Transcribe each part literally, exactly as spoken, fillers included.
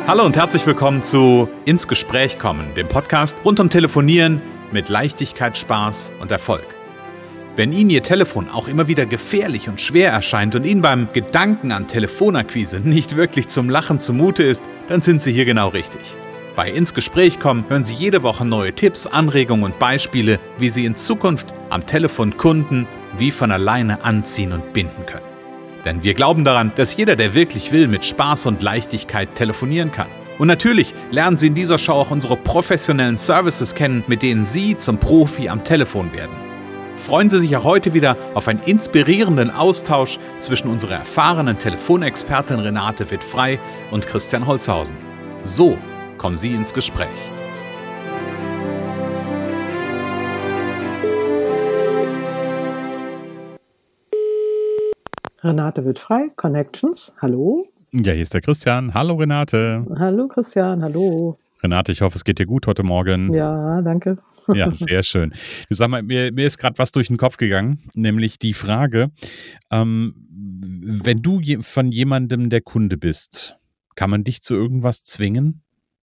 Hallo und herzlich willkommen zu Ins Gespräch kommen, dem Podcast rund um Telefonieren mit Leichtigkeit, Spaß und Erfolg. Wenn Ihnen Ihr Telefon auch immer wieder gefährlich und schwer erscheint und Ihnen beim Gedanken an Telefonakquise nicht wirklich zum Lachen zumute ist, dann sind Sie hier genau richtig. Bei Ins Gespräch kommen hören Sie jede Woche neue Tipps, Anregungen und Beispiele, wie Sie in Zukunft am Telefon Kunden wie von alleine anziehen und binden können. Denn wir glauben daran, dass jeder, der wirklich will, mit Spaß und Leichtigkeit telefonieren kann. Und natürlich lernen Sie in dieser Show auch unsere professionellen Services kennen, mit denen Sie zum Profi am Telefon werden. Freuen Sie sich auch heute wieder auf einen inspirierenden Austausch zwischen unserer erfahrenen Telefonexpertin Renate Witt-Frey und Christian Holzhausen. So kommen Sie ins Gespräch. Renate Witt-Frey, Connections, hallo. Ja, hier ist der Christian. Hallo Renate. Hallo Christian, hallo. Renate, ich hoffe, es geht dir gut heute Morgen. Ja, danke. Ja, sehr schön. Du sag mal, mir, mir ist gerade was durch den Kopf gegangen, nämlich die Frage, ähm, wenn du je, von jemandem der Kunde bist, kann man dich zu irgendwas zwingen?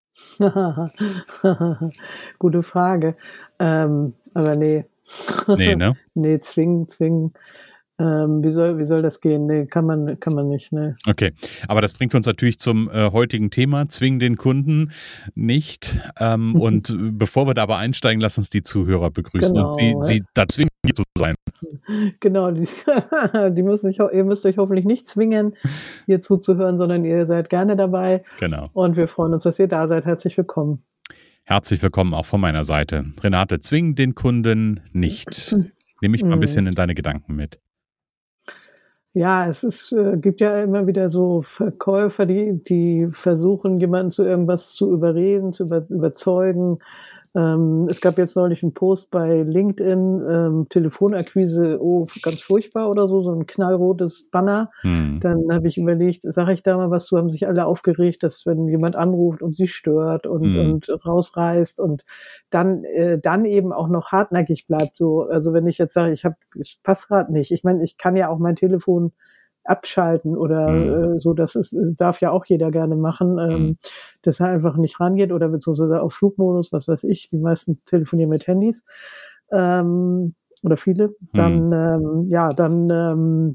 Gute Frage. Ähm, aber nee. Nee, ne? Nee, zwingen, zwingen. Ähm, wie soll, wie soll das gehen? Nee, kann man, kann man nicht, ne. Okay, aber das bringt uns natürlich zum äh, heutigen Thema, zwing den Kunden nicht. Ähm, und äh, bevor wir da aber einsteigen, lass uns die Zuhörer begrüßen Genau, und sie, ja. sie da zwingen, hier zu sein. Genau, die, die müssen sich, ihr müsst euch hoffentlich nicht zwingen, hier zuzuhören, sondern ihr seid gerne dabei. Genau. Und wir freuen uns, dass ihr da seid. Herzlich willkommen. Herzlich willkommen auch von meiner Seite. Renate, zwing den Kunden nicht. Nimm mich mal ein bisschen in deine Gedanken mit. Ja, es ist, äh, gibt ja immer wieder so Verkäufer, die, die versuchen, jemanden zu irgendwas zu überreden, zu über, überzeugen. Ähm, es gab jetzt neulich einen Post bei LinkedIn, ähm, Telefonakquise, oh, ganz furchtbar oder so, so ein knallrotes Banner. Hm. Dann habe ich überlegt, sage ich da mal was zu, haben sich alle aufgeregt, dass wenn jemand anruft und sie stört und, Hm. und rausreißt und dann, äh, dann eben auch noch hartnäckig bleibt. So, also wenn ich jetzt sage, ich habe, ich passe gerade nicht. Ich meine, ich kann ja auch mein Telefon abschalten oder Hm. äh, so, das ist, darf ja auch jeder gerne machen, ähm, Hm. dass er einfach nicht rangeht oder beziehungsweise auf Flugmodus, was weiß ich, die meisten telefonieren mit Handys ähm, oder viele, dann, ähm, ja, dann ähm,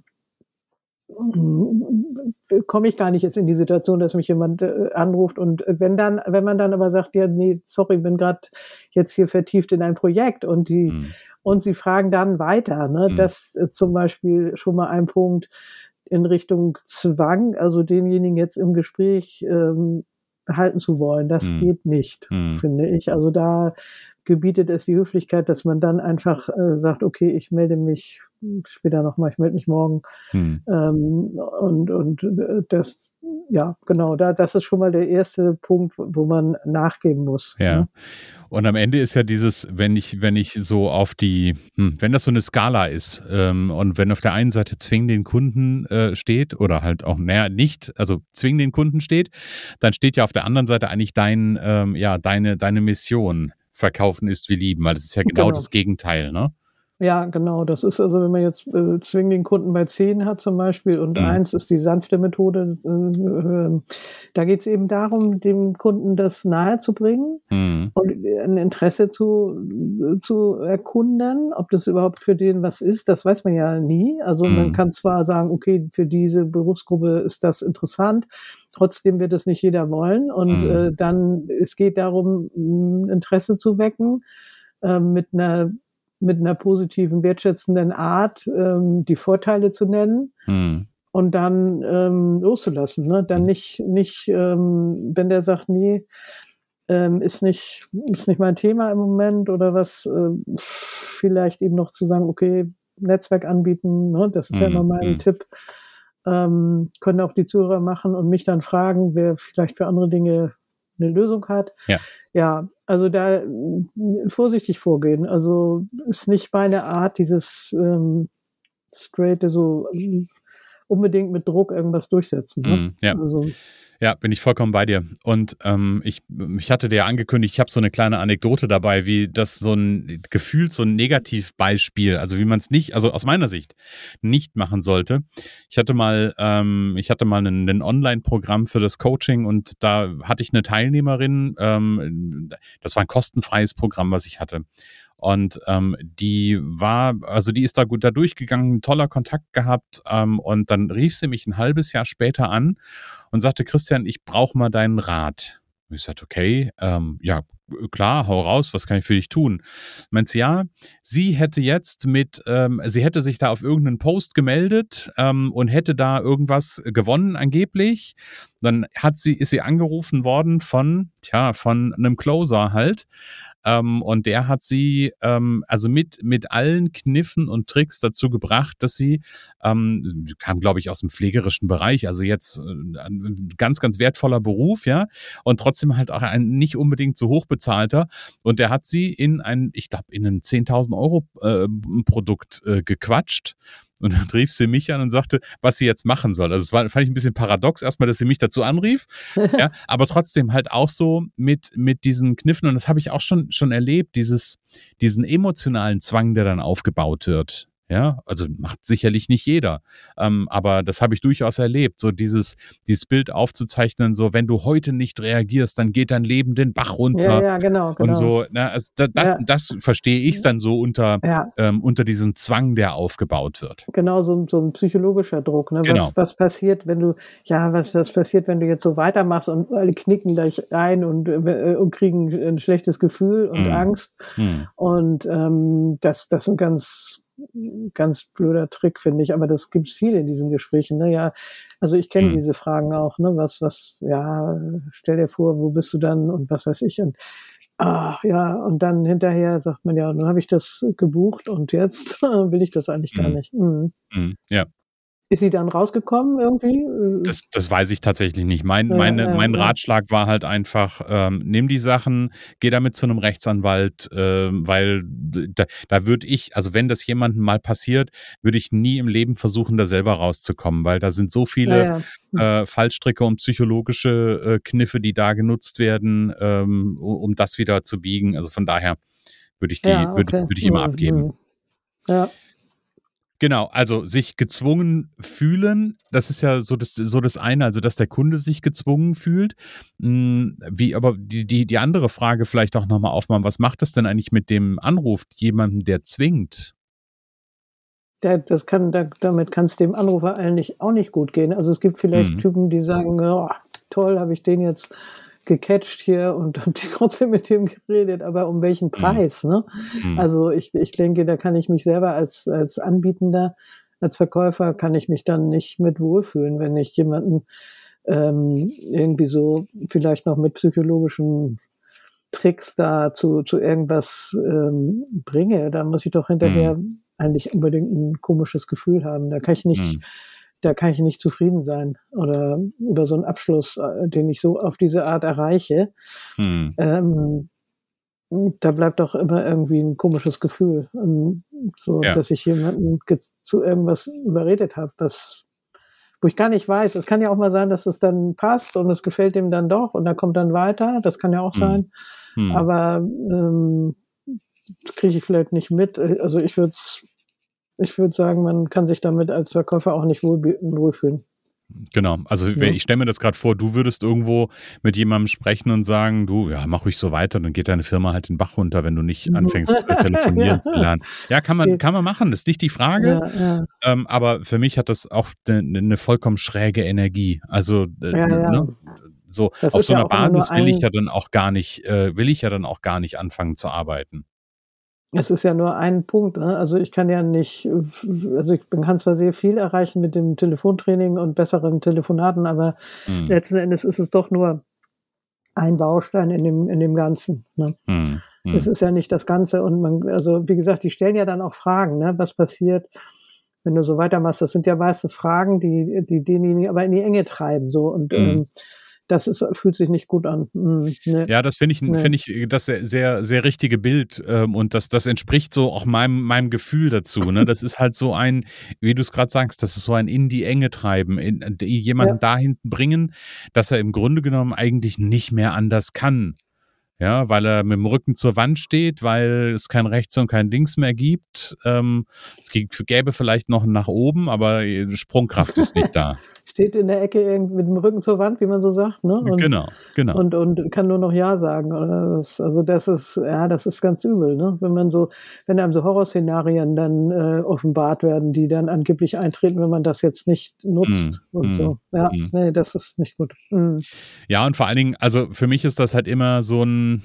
komme ich gar nicht jetzt in die Situation, dass mich jemand äh, anruft und wenn dann, wenn man dann aber sagt, ja, nee, sorry, bin gerade jetzt hier vertieft in ein Projekt und die Hm. und sie fragen dann weiter, ne, Hm. das ist zum Beispiel schon mal ein Punkt in Richtung Zwang, also denjenigen jetzt im Gespräch ähm, behalten zu wollen, das Hm. geht nicht, Hm. finde ich. Also da gebietet es die Höflichkeit, dass man dann einfach äh, sagt, okay, ich melde mich später nochmal, ich melde mich morgen. Hm. Ähm, und, und äh, das, ja, genau, da, das ist schon mal der erste Punkt, wo man nachgeben muss. Ja. Ne? Und am Ende ist ja dieses, wenn ich, wenn ich so auf die, hm, wenn das so eine Skala ist, ähm, und wenn auf der einen Seite zwing den Kunden äh, steht oder halt auch, naja, nicht, also zwing den Kunden steht, dann steht ja auf der anderen Seite eigentlich dein, ähm, ja, deine, deine Mission. Verkaufen ist wie lieben, weil das ist ja genau, Genau. das Gegenteil, ne? Ja, genau. Das ist also, wenn man jetzt äh, zwingen den Kunden bei zehn hat zum Beispiel und Mhm. eins ist die sanfte Methode, äh, äh, da geht es eben darum, dem Kunden das nahe zu bringen Mhm. und ein Interesse zu, zu erkunden, ob das überhaupt für den was ist, das weiß man ja nie. Also man Mhm. kann zwar sagen, okay, für diese Berufsgruppe ist das interessant, trotzdem wird es nicht jeder wollen und Mhm. äh, dann, es geht darum, ein Interesse zu wecken äh, mit einer mit einer positiven, wertschätzenden Art ähm, die Vorteile zu nennen Mhm. und dann ähm, loszulassen. Ne? Dann nicht, nicht ähm, wenn der sagt, nee, ähm, ist nicht, ist nicht mein Thema im Moment oder was, äh, vielleicht eben noch zu sagen, okay, Netzwerk anbieten, ne? Das ist ja immer Mhm. mein Mhm. Tipp, ähm, können auch die Zuhörer machen und mich dann fragen, wer vielleicht für andere Dinge eine Lösung hat. Ja. Ja, also da äh, vorsichtig vorgehen. Also ist nicht meine Art, dieses ähm, straight, so ähm, unbedingt mit Druck irgendwas durchsetzen. Ne? Mhm. Ja. Also Ja, bin ich vollkommen bei dir. Und ähm, ich, ich hatte dir ja angekündigt, ich habe so eine kleine Anekdote dabei, wie das so ein gefühlt so ein Negativbeispiel, also wie man es nicht, also aus meiner Sicht nicht machen sollte. Ich hatte mal, ähm, ich hatte mal ein, ein Online-Programm für das Coaching und da hatte ich eine Teilnehmerin, ähm, das war ein kostenfreies Programm, was ich hatte. Und ähm, die war, also die ist da gut da durchgegangen, toller Kontakt gehabt ähm, und dann rief sie mich ein halbes Jahr später an und sagte, Christian, ich brauche mal deinen Rat. Ich sagte, okay, ähm, ja, klar, hau raus, was kann ich für dich tun? Meint sie, ja, sie hätte jetzt mit, ähm, sie hätte sich da auf irgendeinen Post gemeldet ähm, und hätte da irgendwas gewonnen angeblich. Dann hat sie, ist sie angerufen worden von, tja, von einem Closer halt. Ähm, und der hat sie ähm, also mit, mit allen Kniffen und Tricks dazu gebracht, dass sie, ähm, kam glaube ich aus dem pflegerischen Bereich, also jetzt äh, ein ganz, ganz wertvoller Beruf, ja, und trotzdem halt auch ein nicht unbedingt so hochbezahlter. Und der hat sie in ein, ich glaube, in ein zehntausend Euro äh, Produkt äh, gequatscht. Und dann rief sie mich an und sagte, was sie jetzt machen soll. Also es war, fand ich ein bisschen paradox, erstmal, dass sie mich dazu anrief, ja, aber trotzdem halt auch so mit, mit diesen Kniffen, und das habe ich auch schon, schon erlebt, dieses, diesen emotionalen Zwang, der dann aufgebaut wird. Ja, also macht sicherlich nicht jeder, ähm, aber das habe ich durchaus erlebt, so dieses, dieses Bild aufzuzeichnen, so wenn du heute nicht reagierst, dann geht dein Leben den Bach Ja, runter ja, genau, und genau. so, ne, also das, das, Ja. das verstehe ich dann so unter, Ja. ähm, unter diesem Zwang, der aufgebaut wird. Genau, so 'n so 'n psychologischer Druck, ne? Genau. Was was passiert, wenn du ja, was was passiert, wenn du jetzt so weitermachst und alle knicken gleich ein und äh, und kriegen 'n schlechtes Gefühl und Mhm. Angst. Mhm. Und ähm, das das ist 'n ganz ganz blöder Trick, finde ich, aber das gibt's viel in diesen Gesprächen, ne? Ja, also ich kenne Mhm. diese Fragen auch, ne? Was was ja, stell dir vor, wo bist du dann und was weiß ich und ah, ja, und dann hinterher sagt man: „Ja, dann habe ich das gebucht und jetzt will ich das eigentlich gar Mhm. nicht." Mhm. Mhm. Ja. Ist sie dann rausgekommen irgendwie? Äh, Das, das weiß ich tatsächlich nicht. Mein, ja, meine, ja, mein ja. Ratschlag war halt einfach, ähm, nimm die Sachen, geh damit zu einem Rechtsanwalt, ähm, weil da, da würde ich, also wenn das jemandem mal passiert, würde ich nie im Leben versuchen, da selber rauszukommen, weil da sind so Ja, viele ja. äh, Fallstricke und psychologische äh, Kniffe, die da genutzt werden, ähm, u- um das wieder zu biegen. Also von daher würde ich die, Ja, würde, okay. würde ich immer Mhm, abgeben. mhm. Ja. Genau, also sich gezwungen fühlen, das ist ja so das, so das eine, also dass der Kunde sich gezwungen fühlt. Hm, wie aber die, die, die andere Frage vielleicht auch nochmal aufmachen, was macht das denn eigentlich mit dem Anruf, jemanden, der zwingt? Ja, das kann da damit kann's dem Anrufer eigentlich auch nicht gut gehen. Also, es gibt vielleicht Mhm. Typen, die sagen: „Ja, toll, habe ich den jetzt gecatcht hier und habe trotzdem mit dem geredet, aber um welchen Mhm. Preis", ne? Mhm. Also, ich ich denke, da kann ich mich selber als als Anbietender, als Verkäufer kann ich mich dann nicht mit wohlfühlen, wenn ich jemanden, ähm, irgendwie so vielleicht noch mit psychologischen Tricks da zu zu irgendwas, ähm, bringe. Da muss ich doch Mhm. hinterher eigentlich unbedingt 'n komisches Gefühl haben. Da kann ich nicht Mhm. da kann ich nicht zufrieden sein oder über so 'n Abschluss, äh, den ich so auf diese Art erreiche. Mhm. Ähm, hm, da bleibt doch immer irgendwie 'n komisches Gefühl, ähm, so, Ja. dass ich jemanden gez zu irgendwas überredet habe, was wo ich gar nicht weiß. Es kann ja auch mal sein, dass es dann passt und es gefällt dem dann doch und er kommt dann weiter. Das kann ja auch Mhm. sein. Mhm. Aber, ähm, das kriege ich vielleicht nicht mit. Äh, also, ich würde ich würde sagen, man kann sich damit als Verkäufer auch nicht wohlbe wohlfühlen, Genau. Also wenn- ne? ich stelle mir das gerade vor, du würdest irgendwo mit jemandem sprechen und sagen, du, ja, mach ruhig so weiter, dann geht deine Firma halt den Bach runter, wenn du nicht Mhm. anfängst, äh, telefonieren zu Ja, lernen. Ja, kann man, geht. kann man machen, das ist nicht die Frage. Ja, ja. Ähm, aber für mich hat das auch eine ne vollkommen schräge Energie. Also, äh, Ja, ja. ne, so Das auf ist so ja einer auch immer nur Basis will ich ein ja dann auch gar nicht, äh, will ich ja dann auch gar nicht anfangen zu arbeiten. es ist ja nur ein Punkt, ne? Also, ich kann ja nicht f f also, ich man kann zwar sehr viel erreichen mit dem Telefontraining und besseren Telefonaten, aber Mhm. letzten Endes ist es doch nur ein Baustein in dem in dem Ganzen, ne? Mhm. Es Mhm. ist ja nicht das Ganze und man also, wie gesagt, die stellen ja dann auch Fragen, ne? Was passiert, wenn du so weitermachst? Das sind ja meistens Fragen, die die denjenigen aber in die Enge treiben so und, Mhm. ähm, das ist, fühlt sich nicht gut an. Mhm, ne, Ja, das finde ich ne. finde ich das sehr, sehr, sehr richtige Bild, ähm, und das das entspricht so auch meinem meinem Gefühl dazu, ne? Das ist halt so ein, wie du es gerade sagst, das ist so ein in die Enge treiben, in die jemanden Ja, dahin bringen, dass er im Grunde genommen eigentlich nicht mehr anders kann. Ja, weil er mit dem Rücken zur Wand steht, weil es kein Rechts und kein Links mehr gibt. Ähm, es gibt, gäbe vielleicht noch 'n nach oben, aber die Sprungkraft ist nicht da. steht in der Ecke irgend mit dem Rücken zur Wand, wie man so sagt, ne? Und Genau, genau. und und kann nur noch ja sagen, oder? Das, also, das ist, ja, das ist ganz übel, ne? Wenn man so wenn einem so Horrorszenarien dann, äh, offenbart werden, die dann angeblich eintreten, wenn man das jetzt nicht Mhm, nutzt und mhm, so. Ja, mhm. ne, das ist nicht gut. Mhm. Ja, und vor allen Dingen, also für mich ist das halt immer so ein,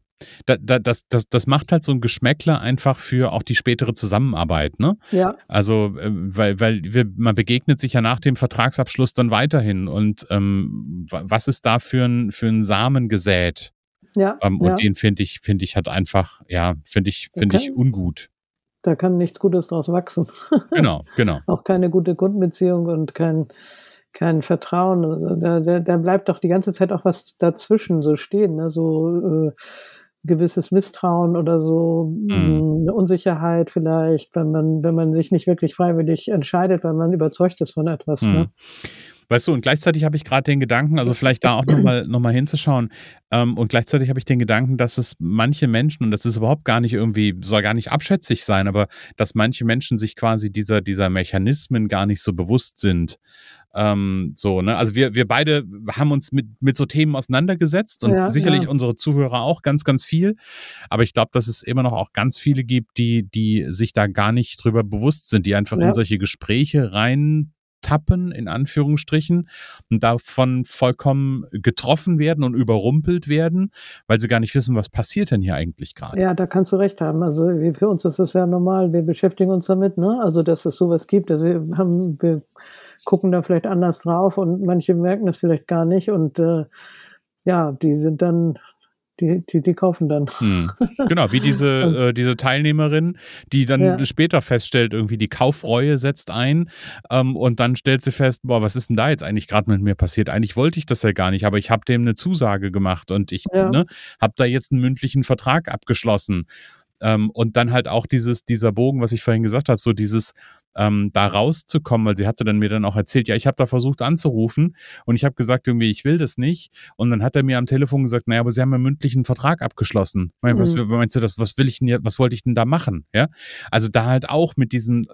da da das das das macht halt so ein Geschmäckle einfach für auch die spätere Zusammenarbeit, ne? Ja, Also, äh, weil weil wir man begegnet sich ja nach dem Vertragsabschluss dann weiterhin und, ähm, wa was ist da für ein für ein Samen gesät? ja, Ähm, und ja. den finde ich finde ich halt einfach, ja, finde ich Da finde ich kann ungut. da kann nichts Gutes draus wachsen. Genau, genau. Auch keine gute Kundenbeziehung und kein kein Vertrauen. Also, da da da bleibt doch die ganze Zeit auch was dazwischen so stehen, ne? So, äh, gewisses Misstrauen oder so, Mhm. hm, 'ne Unsicherheit vielleicht, wenn man wenn man sich nicht wirklich freiwillig entscheidet, weil man überzeugt ist von etwas, ne? Mhm. Weißt du, und gleichzeitig habe ich gerade den Gedanken, also vielleicht da auch noch mal noch mal hinzuschauen, ähm, und gleichzeitig habe ich den Gedanken, dass es manche Menschen, und das ist überhaupt gar nicht irgendwie, soll gar nicht abschätzig sein, aber dass manche Menschen sich quasi dieser dieser Mechanismen gar nicht so bewusst sind. Ähm, so, ne? Also wir wir beide haben uns mit mit so Themen auseinandergesetzt und Ja, sicherlich ja, unsere Zuhörer auch ganz, ganz viel. Aber ich glaube, dass es immer noch auch ganz viele gibt, die die sich da gar nicht drüber bewusst sind, die einfach in ja. solche Gespräche rein tappen, in Anführungsstrichen, und davon vollkommen getroffen werden und überrumpelt werden, weil sie gar nicht wissen, was passiert denn hier eigentlich gerade. Ja, da kannst du recht haben. Also, wie für uns ist es ja normal, wir beschäftigen uns damit, ne? Also, dass es so was gibt. Also, wir haben wir gucken da vielleicht anders drauf und manche merken das vielleicht gar nicht und, äh, ja, die sind dann die die die kaufen dann. Mhm. Genau, wie Und diese äh, diese Teilnehmerin, die dann ja, später feststellt, irgendwie die Kaufreue setzt ein, ähm, und dann stellt sie fest: „Boah, was ist denn da jetzt eigentlich gerade mit mir passiert? Eigentlich wollte ich das ja gar nicht, aber ich habe dem eine Zusage gemacht und ich, ja, ne, habe da jetzt einen mündlichen Vertrag abgeschlossen.“ Ähm, und dann halt auch dieses dieser Bogen, was ich vorhin gesagt habe, so dieses, ähm, da rauszukommen, weil sie hatte dann mir dann auch erzählt: „Ja, ich habe da versucht anzurufen und ich habe gesagt irgendwie, ich will das nicht.“ Und dann hat er mir am Telefon gesagt: „Na ja, aber Sie haben ja mündlich 'n Vertrag abgeschlossen.“ Ich meine, was mhm. meinst du das, was will ich denn, was wollte ich denn da machen, ja? Also, da halt auch mit diesen,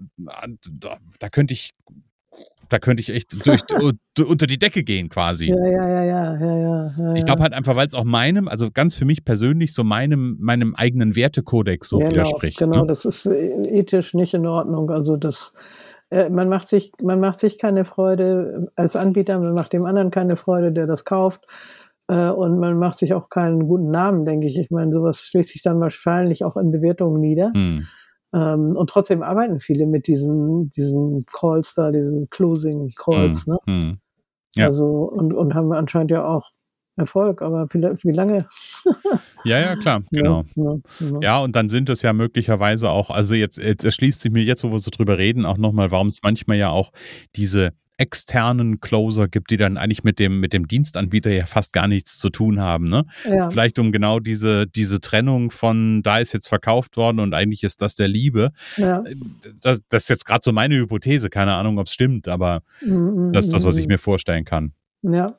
da da könnte ich da könnte ich echt durch unter die Decke gehen quasi. Ja, ja, ja, ja, ja, ja, ja, Ich glaube ja. halt einfach, weil's auch meinem, also ganz für mich persönlich, so meinem meinem eigenen Wertekodex so Genau, widerspricht, ne? genau, das ist, äh, ethisch nicht in Ordnung. Also, das äh, man macht sich man macht sich keine Freude als Anbieter, man macht dem anderen keine Freude, der das kauft, äh, und man macht sich auch keinen guten Namen, denke ich. Ich meine, so was schlägt sich dann wahrscheinlich auch in Bewertungen nieder. Mhm. Ähm, und trotzdem arbeiten viele mit diesen diesen Calls da, diesen Closing Mhm. Calls, ne? Mhm. Ja. Also und und haben anscheinend ja auch Erfolg, aber vielleicht wie lange? Ja, ja, klar, Ne, genau. ne, ne. Ja, und dann sind es ja möglicherweise auch, also jetzt jetzt erschließt sich mir jetzt, wo wir so drüber reden, auch noch mal, warum es manchmal ja auch diese externen Closer gibt, die dann eigentlich mit dem mit dem Dienstanbieter ja fast gar nichts zu tun haben, ne? Ja, Vielleicht um genau diese diese Trennung von, da ist jetzt verkauft worden und eigentlich ist das der Liebe. ja. Äh, das das ist jetzt grad so meine Hypothese, keine Ahnung, ob's stimmt, aber Mhm, das ist mhm, das, was ich mhm. mir vorstellen kann. Ja.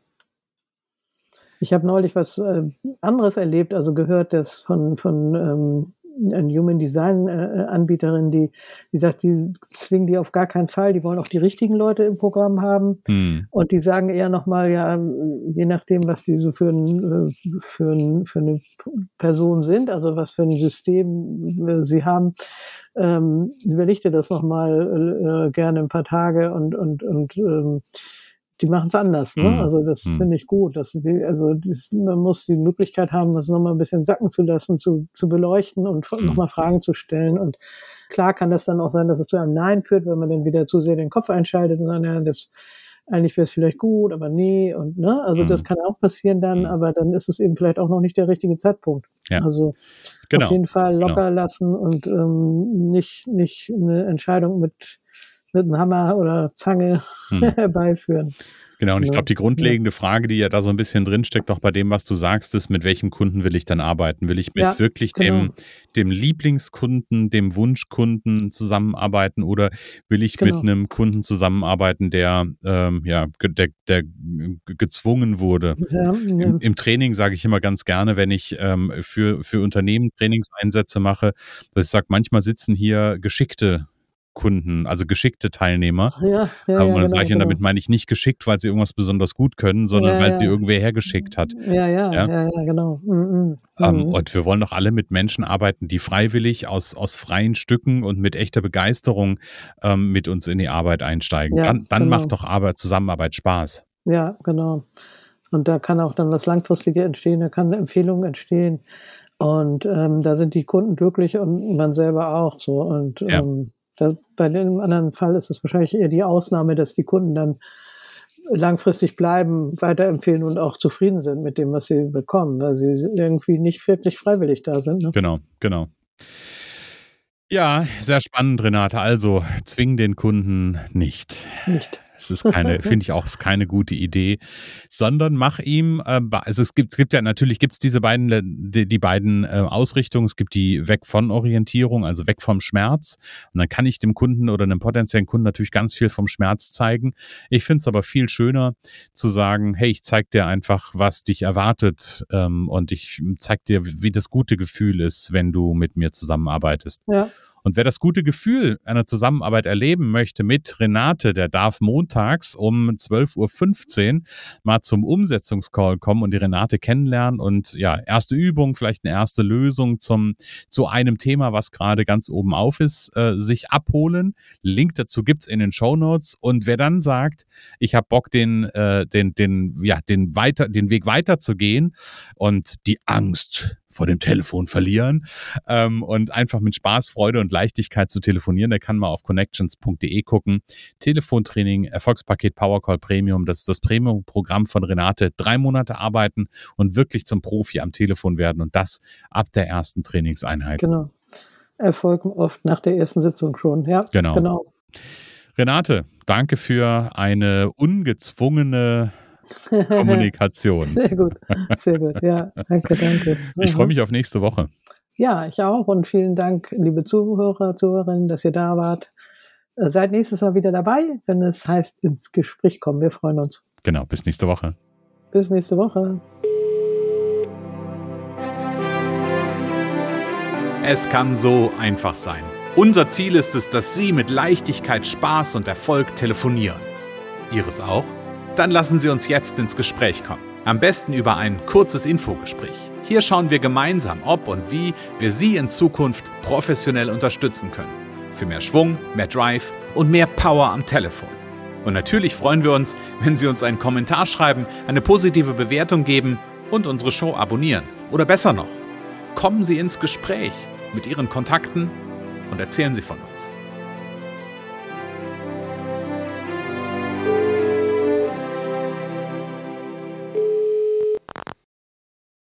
Ich habe neulich was, äh, anderes erlebt, also gehört, dass von von, ähm, 'n Human Design, äh, äh, Anbieterin, die die sagt, die zwingen die auf gar keinen Fall, die wollen auch die richtigen Leute im Programm haben. Mhm. Und die sagen eher noch mal, ja, ähm, je nachdem, was die so für 'n äh, für 'n für 'ne P Person sind, also was für 'n System, äh, sie haben, ähm, überleg dir das noch mal, äh, äh, gerne 'n paar Tage und und und, ähm, die machen's anders, ne? Mhm. Also, das Mhm. finde ich gut, dass die, also, das, man muss die Möglichkeit haben, das noch mal 'n bisschen sacken zu lassen, zu zu beleuchten und f noch Mhm. mal Fragen zu stellen. Und klar kann das dann auch sein, dass es zu einem Nein führt, wenn man dann wieder zu sehr den Kopf einschaltet und sagt: „Ja, das eigentlich wäre es vielleicht gut, aber ne“, und ne? Also, das Mhm. kann auch passieren dann, Mhm. aber dann ist es eben vielleicht auch noch nicht der richtige Zeitpunkt. Ja, Also, auf genau, jeden Fall genau. locker lassen und, ähm, nicht nicht 'ne Entscheidung mit mit einem Hammer oder Zange Hm. herbeiführen. Genau, und ich Ne? glaube, die grundlegende Frage, die ja da so ein bisschen drinsteckt, auch bei dem, was du sagst, ist, mit welchem Kunden will ich dann arbeiten? Will ich mit Ja, wirklich genau, dem dem Lieblingskunden, dem Wunschkunden zusammenarbeiten oder will ich mit genau. einem Kunden zusammenarbeiten, der, ähm, ja, ge der der g gezwungen wurde? Ja, Im ja. im Training sage ich immer ganz gerne, wenn ich, ähm, für für Unternehmen Trainingseinsätze mache, dass ich sage: „Manchmal sitzen hier geschickte Kunden, also geschickte Teilnehmer.“ Ja, ja, Ähm, ja, und dann sage genau, ich, und genau. damit meine ich nicht geschickt, weil sie irgendwas besonders gut können, sondern Ja, weil sie ja. irgendwer hergeschickt hat, Ja, ja, ja? ja, ja, genau. Mhm, Ähm, mhm. und wir wollen doch alle mit Menschen arbeiten, die freiwillig aus aus freien Stücken und mit echter Begeisterung, ähm, mit uns in die Arbeit einsteigen. Ja, Dann dann macht genau. doch Arbeit Zusammenarbeit Spaß. Ja, genau. Und da kann auch dann was Langfristiges entstehen, da kann 'ne Empfehlung entstehen und, ähm, da sind die Kunden glücklich und man selber auch so und, Ja, ähm, da bei dem anderen Fall ist es wahrscheinlich eher die Ausnahme, dass die Kunden dann langfristig bleiben, weiterempfehlen und auch zufrieden sind mit dem, was sie bekommen, weil sie irgendwie nicht wirklich freiwillig da sind, ne? genau, genau. Ja, sehr spannend, Renate. Also, zwing den Kunden nicht. Nicht. Es ist keine finde ich auch, ist keine gute Idee, sondern mach ihm, äh, ba also, es gibt es gibt ja natürlich gibt's diese beiden le die die beiden, äh, Ausrichtungen. Es gibt die weg von Orientierung, also weg vom Schmerz. Und dann kann ich dem Kunden oder 'nem potenziellen Kunden natürlich ganz viel vom Schmerz zeigen. Ich finde es aber viel schöner zu sagen: „Hey, ich zeige dir einfach, was dich erwartet, ähm, und ich zeige dir, wie das gute Gefühl ist, wenn du mit mir zusammenarbeitest.“ Ja, Und wer das gute Gefühl einer Zusammenarbeit erleben möchte mit Renate, der darf montags um zwölf Uhr fünfzehn mal zum Umsetzungscall kommen und die Renate kennenlernen und ja, erste Übung, vielleicht eine erste Lösung zum, zu einem Thema, was gerade ganz oben auf ist, äh, sich abholen. Link dazu gibt's in den Shownotes. Und wer dann sagt, ich habe Bock, den, äh, den, den, ja, den weiter, den Weg weiterzugehen und die Angst vor dem Telefon verlieren, ähm, und einfach mit Spaß, Freude und Leichtigkeit zu telefonieren, der kann mal auf connections punkt de gucken. Telefontraining, Erfolgspaket Powercall Premium, das ist das Premium-Programm von Renate. Drei Monate arbeiten und wirklich zum Profi am Telefon werden und das ab der ersten Trainingseinheit. genau. Erfolgen oft nach der ersten Sitzung schon. Ja, Genau. genau. Renate, danke für eine ungezwungene Kommunikation. Sehr gut, sehr gut. Ja, danke, danke. Ich freue Mhm. mich auf nächste Woche. Ja, ich auch und vielen Dank, liebe Zuhörer, Zuhörerinnen, dass ihr da wart. Äh, seid nächstes Mal wieder dabei, wenn es heißt ins Gespräch kommen. Wir freuen uns. Genau, bis nächste Woche. Bis nächste Woche. Es kann so einfach sein. Unser Ziel ist es, dass Sie mit Leichtigkeit, Spaß und Erfolg telefonieren. Ihres auch? Dann lassen Sie uns jetzt ins Gespräch kommen. Am besten über ein kurzes Infogespräch. Hier schauen wir gemeinsam, ob und wie wir Sie in Zukunft professionell unterstützen können. Für mehr Schwung, mehr Drive und mehr Power am Telefon. Und natürlich freuen wir uns, wenn Sie uns einen Kommentar schreiben, eine positive Bewertung geben und unsere Show abonnieren. Oder besser noch, kommen Sie ins Gespräch mit Ihren Kontakten und erzählen Sie von uns.